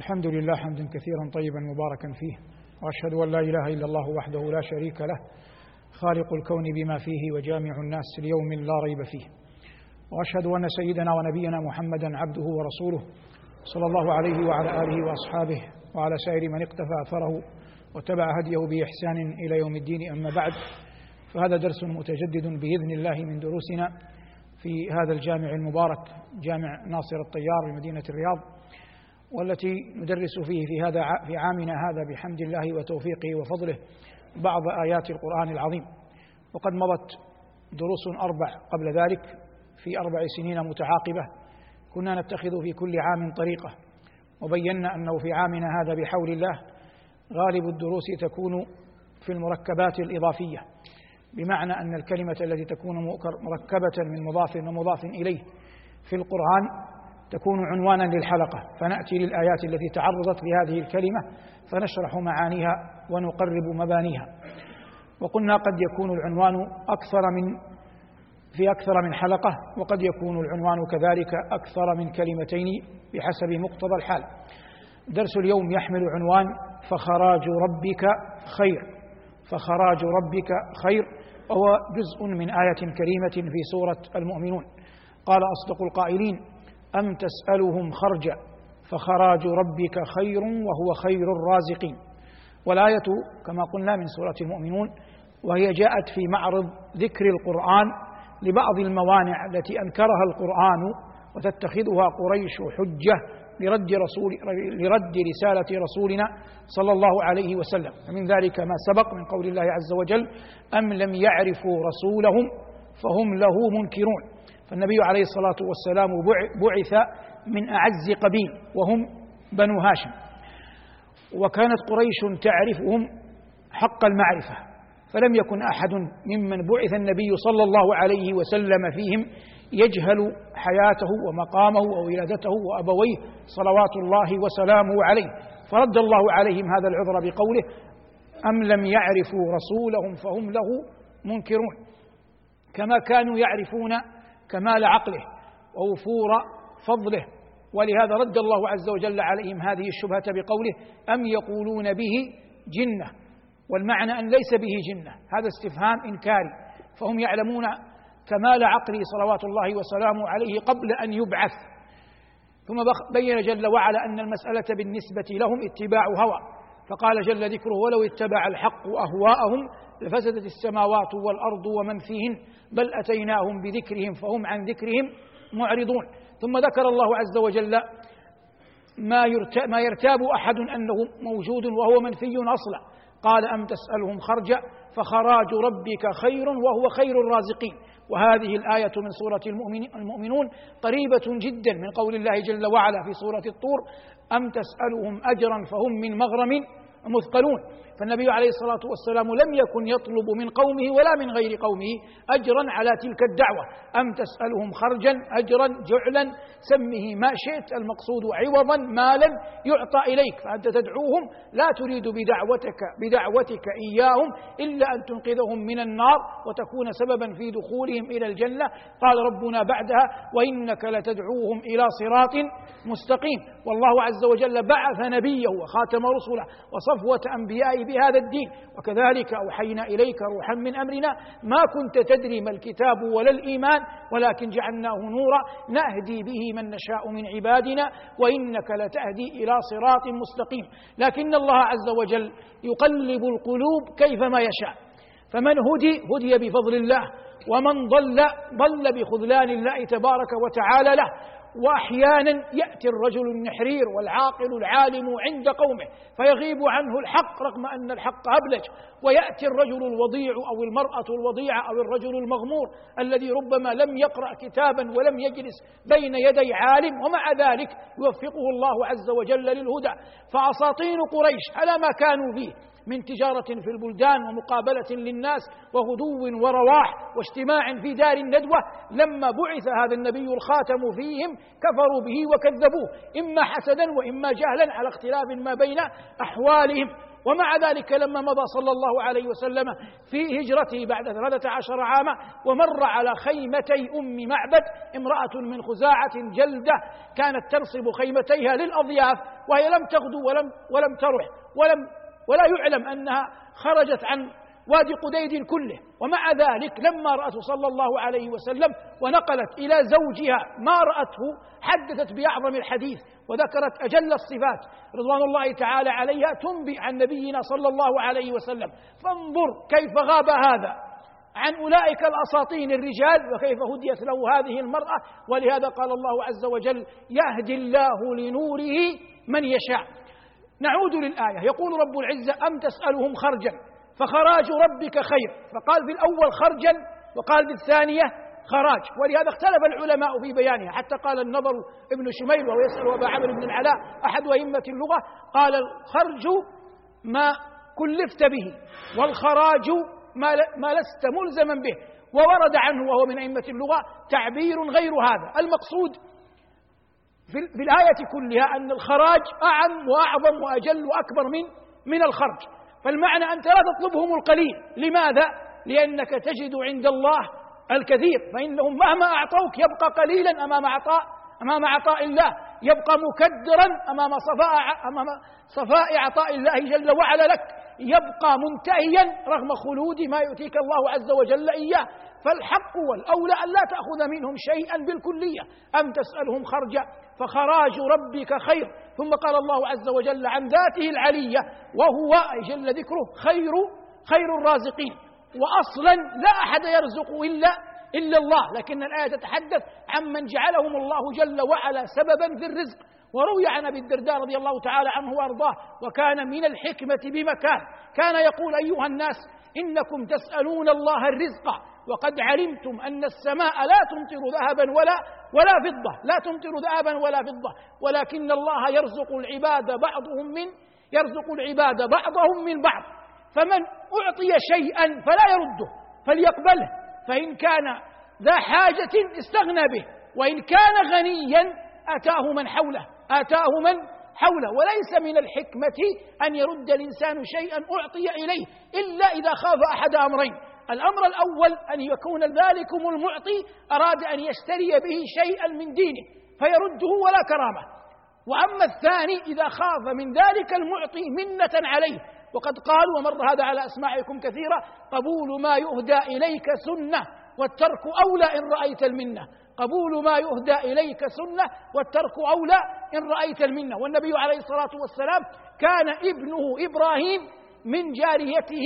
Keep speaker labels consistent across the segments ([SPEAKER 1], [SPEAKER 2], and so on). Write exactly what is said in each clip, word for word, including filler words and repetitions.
[SPEAKER 1] الحمد لله حمدا كثيرا طيبا مباركا فيه، وأشهد أن لا إله إلا الله وحده لا شريك له خالق الكون بما فيه وجامع الناس ليوم لا ريب فيه، وأشهد أن سيدنا ونبينا محمدا عبده ورسوله صلى الله عليه وعلى آله وأصحابه وعلى سائر من اقتفى أثره وتبع هديه بإحسان إلى يوم الدين. أما بعد، فهذا درس متجدد بإذن الله من دروسنا في هذا الجامع المبارك، جامع ناصر الطيار بمدينة الرياض، والتي ندرس فيه في هذا في عامنا هذا بحمد الله وتوفيقه وفضله بعض آيات القرآن العظيم. وقد مضت دروس أربع قبل ذلك في أربع سنين متعاقبة، كنا نتخذ في كل عام طريقة، وبينا أنه في عامنا هذا بحول الله غالب الدروس تكون في المركبات الإضافية، بمعنى أن الكلمة التي تكون مركبة من مضاف ومضاف إليه في القرآن تكون عنوانا للحلقة، فنأتي للآيات التي تعرضت لهذه الكلمة فنشرح معانيها ونقرب مبانيها. وقلنا قد يكون العنوان أكثر من في أكثر من حلقة، وقد يكون العنوان كذلك أكثر من كلمتين بحسب مقتضى الحال. درس اليوم يحمل عنوان فخراج ربك خير، فخراج ربك خير، وهو جزء من آية كريمة في سورة المؤمنون. قال أصدق القائلين: أم تسألهم خرجا فخراج ربك خير وهو خير الرازقين. والآية كما قلنا من سورة المؤمنون، وهي جاءت في معرض ذكر القرآن لبعض الموانع التي أنكرها القرآن وتتخذها قريش حجة لرد, رسول لرد رسالة رسولنا صلى الله عليه وسلم. ومن ذلك ما سبق من قول الله عز وجل: أم لم يعرفوا رسولهم فهم له منكرون. فالنبي عليه الصلاة والسلام بعث من أعز قبيل وهم بنو هاشم، وكانت قريش تعرفهم حق المعرفة، فلم يكن أحد ممن بعث النبي صلى الله عليه وسلم فيهم يجهل حياته ومقامه وولادته وأبويه صلوات الله وسلامه عليه، فرد الله عليهم هذا العذر بقوله: أم لم يعرفوا رسولهم فهم له منكرون، كما كانوا يعرفون كمال عقله ووفور فضله. ولهذا رد الله عز وجل عليهم هذه الشبهة بقوله: أم يقولون به جنة، والمعنى أن ليس به جنة، هذا استفهام إنكاري، فهم يعلمون كمال عقله صلوات الله وسلامه عليه قبل أن يبعث. ثم بين جل وعلا أن المسألة بالنسبة لهم اتباع هوى، فقال جل ذكره: ولو اتبع الحق أهواءهم لفسدت السماوات والأرض ومن فيهن بل أتيناهم بذكرهم فهم عن ذكرهم معرضون. ثم ذكر الله عز وجل ما يرتاب أحد أنه موجود وهو منفي أصلا، قال: أم تسألهم خرجا فخراج ربك خير وهو خير الرازقين. وهذه الآية من سورة المؤمنون قريبة جدا من قول الله جل وعلا في سورة الطور: أم تسألهم أجرا فهم من مغرم مثقلون. فالنبي عليه الصلاة والسلام لم يكن يطلب من قومه ولا من غير قومه أجرا على تلك الدعوة. أم تسألهم خرجا، أجرا، جعلا، سمه ما شئت، المقصود عوضا، مالا يعطى إليك، فأنت تدعوهم لا تريد بدعوتك بدعوتك إياهم إلا أن تنقذهم من النار وتكون سببا في دخولهم إلى الجنة. قال ربنا بعدها: وإنك لتدعوهم إلى صراط مستقيم. والله عز وجل بعث نبيه وخاتم رسله وصفوة أنبيائه بهذا الدين، وكذلك أوحينا إليك روحا من أمرنا ما كنت تدري ما الكتاب ولا الإيمان ولكن جعلناه نورا نهدي به من نشاء من عبادنا وإنك لتهدي إلى صراط مستقيم. لكن الله عز وجل يقلب القلوب كيفما يشاء، فمن هدي هدي بفضل الله، ومن ضل ضل بخذلان الله تبارك وتعالى له. وأحيانا يأتي الرجل النحرير والعاقل العالم عند قومه فيغيب عنه الحق رغم أن الحق أبلج، ويأتي الرجل الوضيع أو المرأة الوضيعة أو الرجل المغمور الذي ربما لم يقرأ كتابا ولم يجلس بين يدي عالم، ومع ذلك يوفقه الله عز وجل للهدى. فأساطين قريش على ما كانوا فيه من تجارة في البلدان ومقابلة للناس وغدو ورواح واجتماع في دار الندوة، لما بعث هذا النبي الخاتم فيهم كفروا به وكذبوه، إما حسدا وإما جهلا على اختلاف ما بين أحوالهم. ومع ذلك لما مضى صلى الله عليه وسلم في هجرته بعد ثلاثة عشر عاما ومر على خيمتي أم معبد، امرأة من خزاعة جلدة كانت تنصب خيمتيها للأضياف وهي لم تغدو ولم, ولم ترح ولم ولا يعلم أنها خرجت عن وادي قديد كله، ومع ذلك لما رأته صلى الله عليه وسلم ونقلت إلى زوجها ما رأته حدثت بأعظم الحديث وذكرت أجل الصفات رضوان الله تعالى عليها تنبئ عن نبينا صلى الله عليه وسلم. فانظر كيف غاب هذا عن أولئك الأساطين الرجال وكيف هديت له هذه المرأة. ولهذا قال الله عز وجل: يهدي الله لنوره من يشاء. نعود للآية، يقول رب العزة: أم تسألهم خرجا فخراج ربك خير، فقال في الأول خرجا وقال في الثانية خراج، ولهذا اختلف العلماء في بيانها، حتى قال النضر ابن شميل وهو يسأل أبا عمرو بن العلاء أحد أئمة اللغة، قال: الخرج ما كلفت به والخراج ما, ما لست ملزما به. وورد عنه وهو من أئمة اللغة تعبير غير هذا. المقصود في الآية كلها أن الخراج أعم وأعظم وأجل وأكبر من من الخرج، فالمعنى أنت لا تطلبهم القليل. لماذا؟ لأنك تجد عند الله الكثير، فإنهم مهما أعطوك يبقى قليلا أمام عطاء أمام عطاء الله، يبقى مكدرا أمام صفاء أمام صفاء عطاء الله جل وعلا لك، يبقى منتهيا رغم خلود ما يؤتيك الله عز وجل إياه. فالحق والأولى أن لا تأخذ منهم شيئا بالكلية. أم تسألهم خرجا فخراج ربك خير. ثم قال الله عز وجل عن ذاته العلية وهو جل ذكره خير خير الرازقين، وأصلا لا أحد يرزق إلا إلا الله، لكن الآية تتحدث عمن جعلهم الله جل وعلا سببا في الرزق. وروي عن أبي الدرداء رضي الله تعالى عنه وأرضاه وكان من الحكمة بمكان، كان يقول: أيها الناس إنكم تسألون الله الرزق وقد علمتم أن السماء لا تمطر ذهبا ولا ولا فضة لا تمطر ذهبا ولا فضة ولكن الله يرزق العباد بعضهم من يرزق العباد بعضهم من بعض، فمن أعطي شيئا فلا يرده فليقبله، فإن كان ذا حاجة استغنى به، وإن كان غنيا أتاه من حوله آتاه من حوله. وليس من الحكمة أن يرد الإنسان شيئا أعطي إليه إلا إذا خاف أحد أمرين: الأمر الأول أن يكون ذلكم المعطي أراد أن يشتري به شيئا من دينه فيرده ولا كرامة، وأما الثاني إذا خاف من ذلك المعطي منة عليه. وقد قال ومر هذا على أسماعكم كثيرا: قبول ما يهدى إليك سنة والترك أولى إن رأيت المنة. قبول ما يهدى إليك سنة والترك أولى إن رأيت المنة. والنبي عليه الصلاة والسلام كان ابنه إبراهيم من جاريته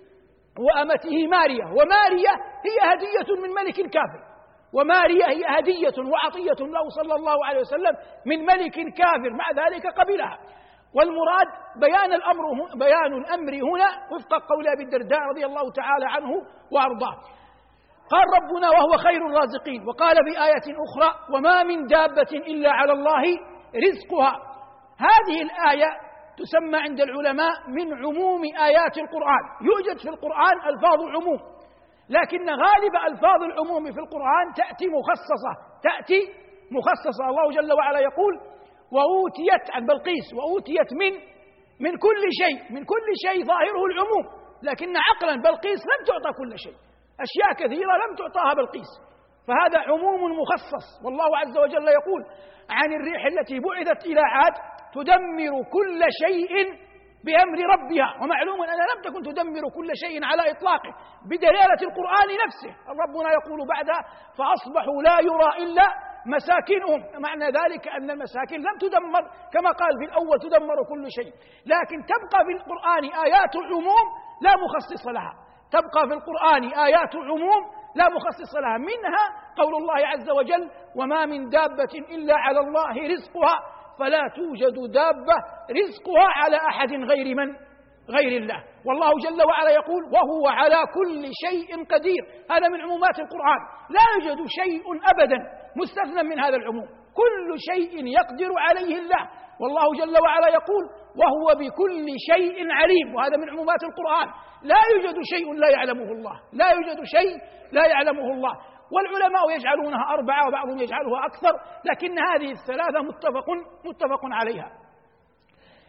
[SPEAKER 1] وأمته ماريا، وماريا هي هدية من ملك كافر، وماريا هي هدية وعطية له صلى الله عليه وسلم من ملك كافر، مع ذلك قبلها. والمراد بيان الأمر بيان الأمر هنا وفق قول أبي الدرداء رضي الله تعالى عنه وأرضاه. قال ربنا وهو خير الرازقين، وقال في آية أخرى: وما من دابة إلا على الله رزقها. هذه الآية تسمى عند العلماء من عموم آيات القرآن. يوجد في القرآن ألفاظ عموم، لكن غالب ألفاظ العموم في القرآن تأتي مخصصة تأتي مخصصة. الله جل وعلا يقول: وأوتيت عن بلقيس وأوتيت من من كل شيء. من كل شيء ظاهره العموم، لكن عقلا بلقيس لم تعطى كل شيء، أشياء كثيرة لم تعطاها بلقيس، فهذا عموم مخصص. والله عز وجل يقول عن الريح التي بعثت إلى عاد: تدمر كل شيء بأمر ربها. ومعلوم أنها لم تكن تدمر كل شيء على إطلاقه بدلالة القرآن نفسه. ربنا يقول بعدها: فأصبحوا لا يرى إلا مساكنهم. معنى ذلك أن المساكن لم تدمر كما قال في الأول تدمر كل شيء، لكن تبقى في القرآن آيات العموم لا مخصص لها، تبقى في القرآن آيات عموم لا مخصص لها. منها قول الله عز وجل: وما من دابة إلا على الله رزقها، فلا توجد دابة رزقها على أحد غير من غير الله. والله جل وعلا يقول: وهو على كل شيء قدير. هذا من عمومات القرآن، لا يوجد شيء أبدا مستثنى من هذا العموم، كل شيء يقدر عليه الله. والله جل وعلا يقول: وهو بكل شيء عليم. وهذا من عمومات القرآن، لا يوجد شيء لا يعلمه الله، لا يوجد شيء لا يعلمه الله. والعلماء يجعلونها أربعة وبعضهم يجعلها أكثر، لكن هذه الثلاثة متفق متفق عليها.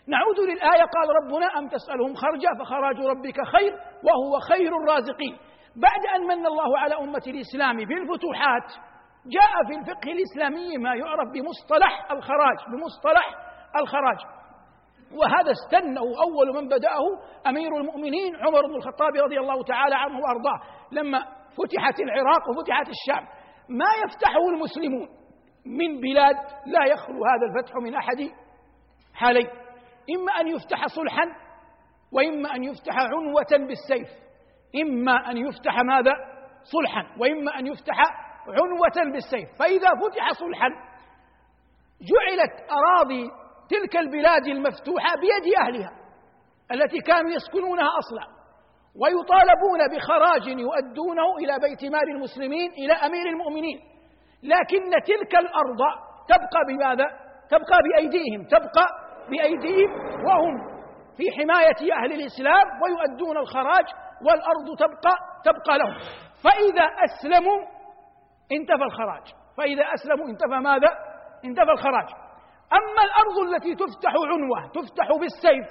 [SPEAKER 1] نعود للآية: قال ربنا: أم تسألهم خرجا فخراج ربك خير وهو خير الرازقين. بعد أن من الله على أمة الإسلام بالفتوحات، جاء في الفقه الإسلامي ما يعرف بمصطلح الخراج بمصطلح الخراج وهذا استنه أول من بدأه أمير المؤمنين عمر بن الخطاب رضي الله تعالى عنه وأرضاه، لما فتحت العراق وفتحت الشام. ما يفتحه المسلمون من بلاد لا يخلو هذا الفتح من أحد حالين: إما أن يفتح صلحا، وإما أن يفتح عنوة بالسيف. إما أن يفتح ماذا؟ صلحا، وإما أن يفتح عنوة بالسيف. فإذا فتح صلحا جعلت أراضي تلك البلاد المفتوحة بيد أهلها التي كانوا يسكنونها أصلا، ويطالبون بخراج يؤدونه إلى بيت مال المسلمين إلى أمير المؤمنين، لكن تلك الأرض تبقى بماذا؟ تبقى بأيديهم تبقى بأيديهم وهم في حماية أهل الإسلام ويؤدون الخراج، والأرض تبقى تبقى لهم. فإذا أسلموا انتفى الخراج، فإذا أسلموا انتفى ماذا؟ انتفى الخراج. أما الأرض التي تفتح عنوة تفتح بالسيف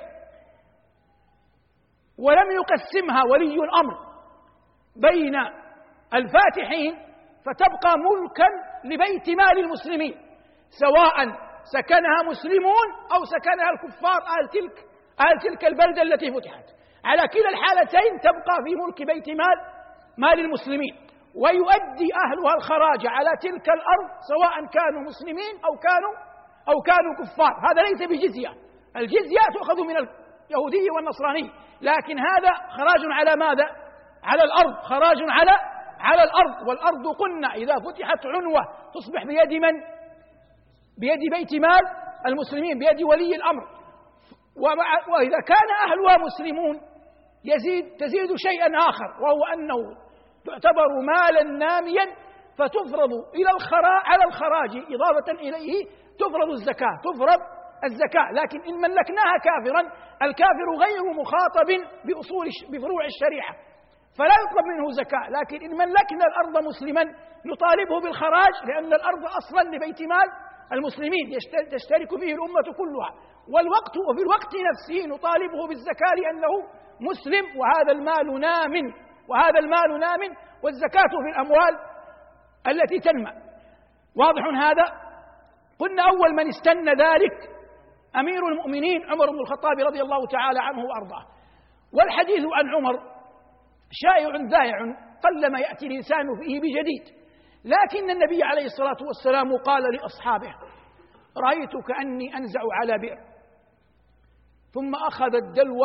[SPEAKER 1] ولم يقسمها ولي الأمر بين الفاتحين، فتبقى ملكا لبيت مال المسلمين، سواء سكنها مسلمون أو سكنها الكفار أهل تلك أهل تلك البلدة التي فتحت. على كلا الحالتين تبقى في ملك بيت مال مال المسلمين، ويؤدي أهلها الخراج على تلك الأرض سواء كانوا مسلمين أو كانوا أو كانوا كفار. هذا ليس بجزية، الجزية تؤخذ من اليهودي والنصراني، لكن هذا خراج على ماذا؟ على الأرض، خراج على على الأرض. والأرض قلنا إذا فتحت عنوة تصبح بيد من؟ بيد بيت مال المسلمين، بيد ولي الأمر. وإذا كان أهلها مسلمون يزيد تزيد شيئا آخر، وهو أنه تعتبر مالا ناميا فتفرض إلى الخراج على الخراج إضافة إليه تفرض الزكاة تفرض الزكاة لكن إن ملكناها كافرا، الكافر غير مخاطب بأصول بفروع الشريعة فلا يطلب منه زكاة، لكن إن ملكنا الأرض مسلما نطالبه بالخراج، لأن الأرض أصلا لبيت مال المسلمين تشترك فيه الأمة كلها، والوقت وفي الوقت نفسه نطالبه بالزكاة لأنه مسلم، وهذا المال نام وهذا المال نام والزكاة في الأموال التي تنمى. واضح هذا؟ قلنا أول من استنى ذلك أمير المؤمنين عمر بن الخطاب رضي الله تعالى عنه وأرضاه. والحديث عن عمر شائع ذائع قلما يأتي الإنسان فيه بجديد، لكن النبي عليه الصلاة والسلام قال لأصحابه: رأيت كأني أنزع على بئر، ثم أخذ الدلو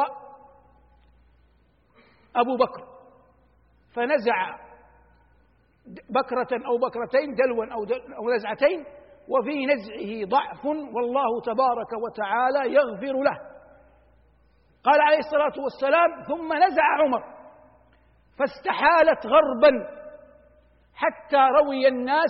[SPEAKER 1] أبو بكر فنزع بكرة أو بكرتين، دلوا أو نزعتين، وفي نزعه ضعف والله تبارك وتعالى يغفر له. قال عليه الصلاة والسلام: ثم نزع عمر فاستحالت غربا حتى روي الناس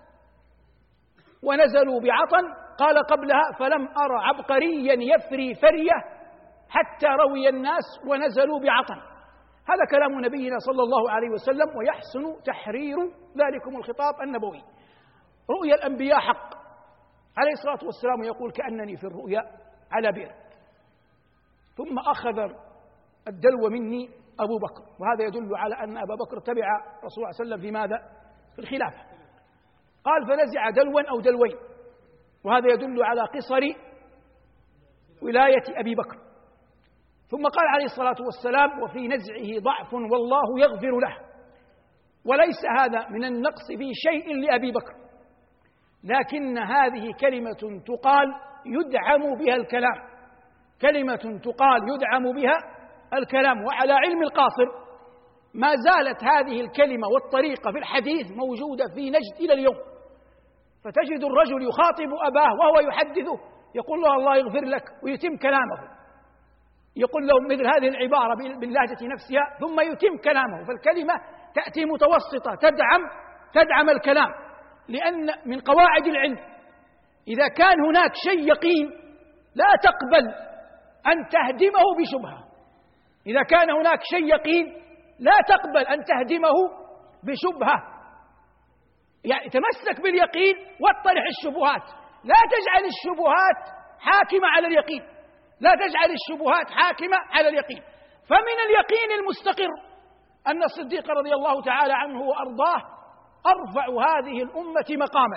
[SPEAKER 1] ونزلوا بعطن. قال قبلها: فلم أر عبقريا يفري فرية حتى روي الناس ونزلوا بعطن. هذا كلام نبينا صلى الله عليه وسلم، ويحسن تحرير ذلكم الخطاب النبوي. رؤيا الأنبياء حق. عليه الصلاة والسلام يقول: كأنني في الرؤيا على بئر، ثم أخذ الدلو مني أبو بكر، وهذا يدل على أن أبا بكر تبع رسول الله صلى الله عليه وسلم في ماذا؟ في الخلافة. قال: فنزع دلوا أو دلوين، وهذا يدل على قصر ولاية أبي بكر. ثم قال عليه الصلاة والسلام: وفي نزعه ضعف والله يغفر له. وليس هذا من النقص في شيء لأبي بكر، لكن هذه كلمة تقال يدعم بها الكلام، كلمة تقال يدعم بها الكلام. وعلى علم القاصر ما زالت هذه الكلمة والطريقة في الحديث موجودة في نجد إلى اليوم، فتجد الرجل يخاطب أباه وهو يحدثه يقول له: الله يغفر لك، ويتم كلامه، يقول له مثل هذه العبارة باللهجة نفسها ثم يتم كلامه. فالكلمة تأتي متوسطة تدعم تدعم الكلام، لأن من قواعد العلم إذا كان هناك شيء يقين لا تقبل أن تهدمه بشبهة. إذا كان هناك شيء يقين لا تقبل أن تهدمه بشبهة، يعني تمسك باليقين واطرح الشبهات، لا تجعل الشبهات حاكمة على اليقين، لا تجعل الشبهات حاكمة على اليقين. فمن اليقين المستقر أن الصديق رضي الله تعالى عنه وأرضاه أرفع هذه الأمة مقاما.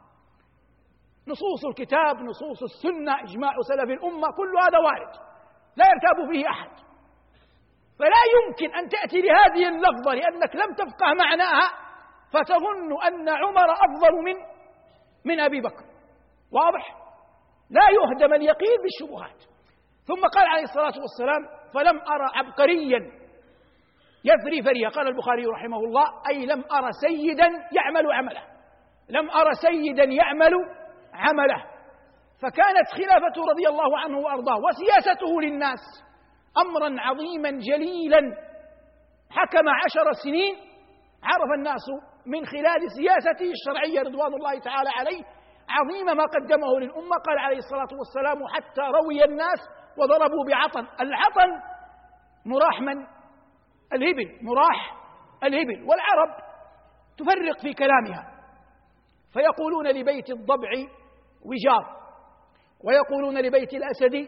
[SPEAKER 1] نصوص الكتاب، نصوص السنة، إجماع سلف الأمة، كل هذا وارد لا يرتاب فيه أحد. فلا يمكن أن تأتي لهذه اللفظة لأنك لم تفقه معناها فتظن أن عمر أفضل من من أبي بكر. واضح؟ لا يهدم اليقين بالشبهات. ثم قال عليه الصلاة والسلام: فلم أرى عبقريا يثري فريا. قال البخاري رحمه الله: أي لم أرى سيدا يعمل عمله، لم أرى سيدا يعمل عمله. فكانت خلافته رضي الله عنه وأرضاه وسياسته للناس أمرا عظيما جليلا. حكم عشر سنين عرف الناس من خلال سياسته الشرعية رضوان الله تعالى عليه عظيم ما قدمه للأمة. قال عليه الصلاة والسلام: حتى روي الناس وضربوا بعطن. العطن مراح من؟ الإبل، مراح الإبل. والعرب تفرق في كلامها فيقولون لبيت الضبع وجار، ويقولون لبيت الأسد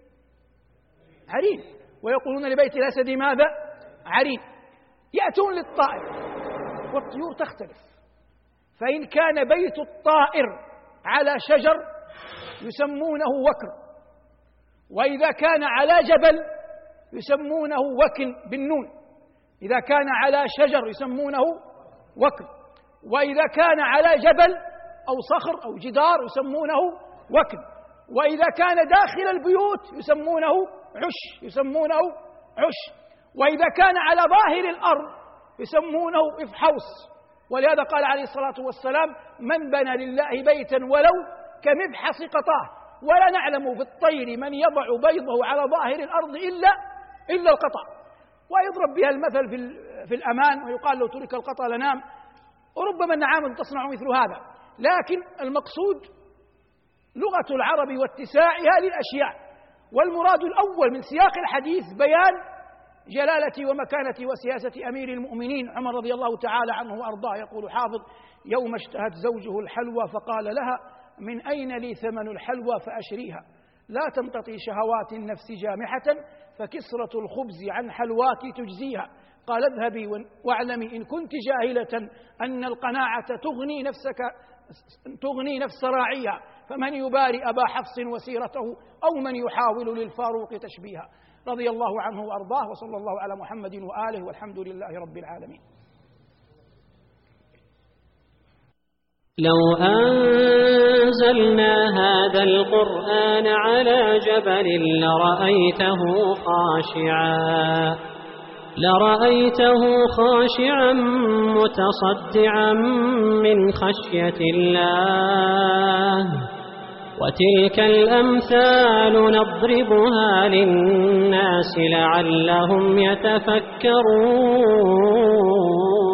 [SPEAKER 1] عرين، ويقولون لبيت الأسد ماذا؟ عرين. يأتون للطائر والطيور تختلف، فإن كان بيت الطائر على شجر يسمونه وكر، وإذا كان على جبل يسمونه وكن بالنون. إذا كان على شجر يسمونه وكن، وإذا كان على جبل أو صخر أو جدار يسمونه وكن، وإذا كان داخل البيوت يسمونه عش يسمونه عش، وإذا كان على ظاهر الأرض يسمونه إفحوص. ولهذا قال عليه الصلاة والسلام: من بنى لله بيتا ولو كمبحص قطاه. ولا نعلم في الطير من يضع بيضه على ظاهر الأرض إلا إلا القطا. ويضرب بها المثل في, في الأمان، ويقال: لو ترك القطا لنام. وربما النعام تصنع مثل هذا. لكن المقصود لغة العرب واتساعها للأشياء. والمراد الأول من سياق الحديث بيان جلالة ومكانة وسياسة أمير المؤمنين عمر رضي الله تعالى عنه وأرضاه. يقول حافظ: يوم اشتهت زوجه الحلوى فقال لها: من أين لي ثمن الحلوى فأشريها؟ لا تمتطي شهوات النفس جامحة فكسرة الخبز عن حلواك تجزيها. قال: اذهبي واعلمي إن كنت جاهلة أن القناعة تغني نفسك تغني نفس راعيها، فمن يباري أبا حفص وسيرته أو من يحاول للفاروق تشبيها. رضي الله عنه وأرضاه، وصلى الله على محمد وآله، والحمد لله رب العالمين.
[SPEAKER 2] لو أنزلنا هذا القرآن على جبل لرأيته خاشعا لرأيته خاشعا متصدعا من خشية الله. وتلك الأمثال نضربها للناس لعلهم يتفكرون.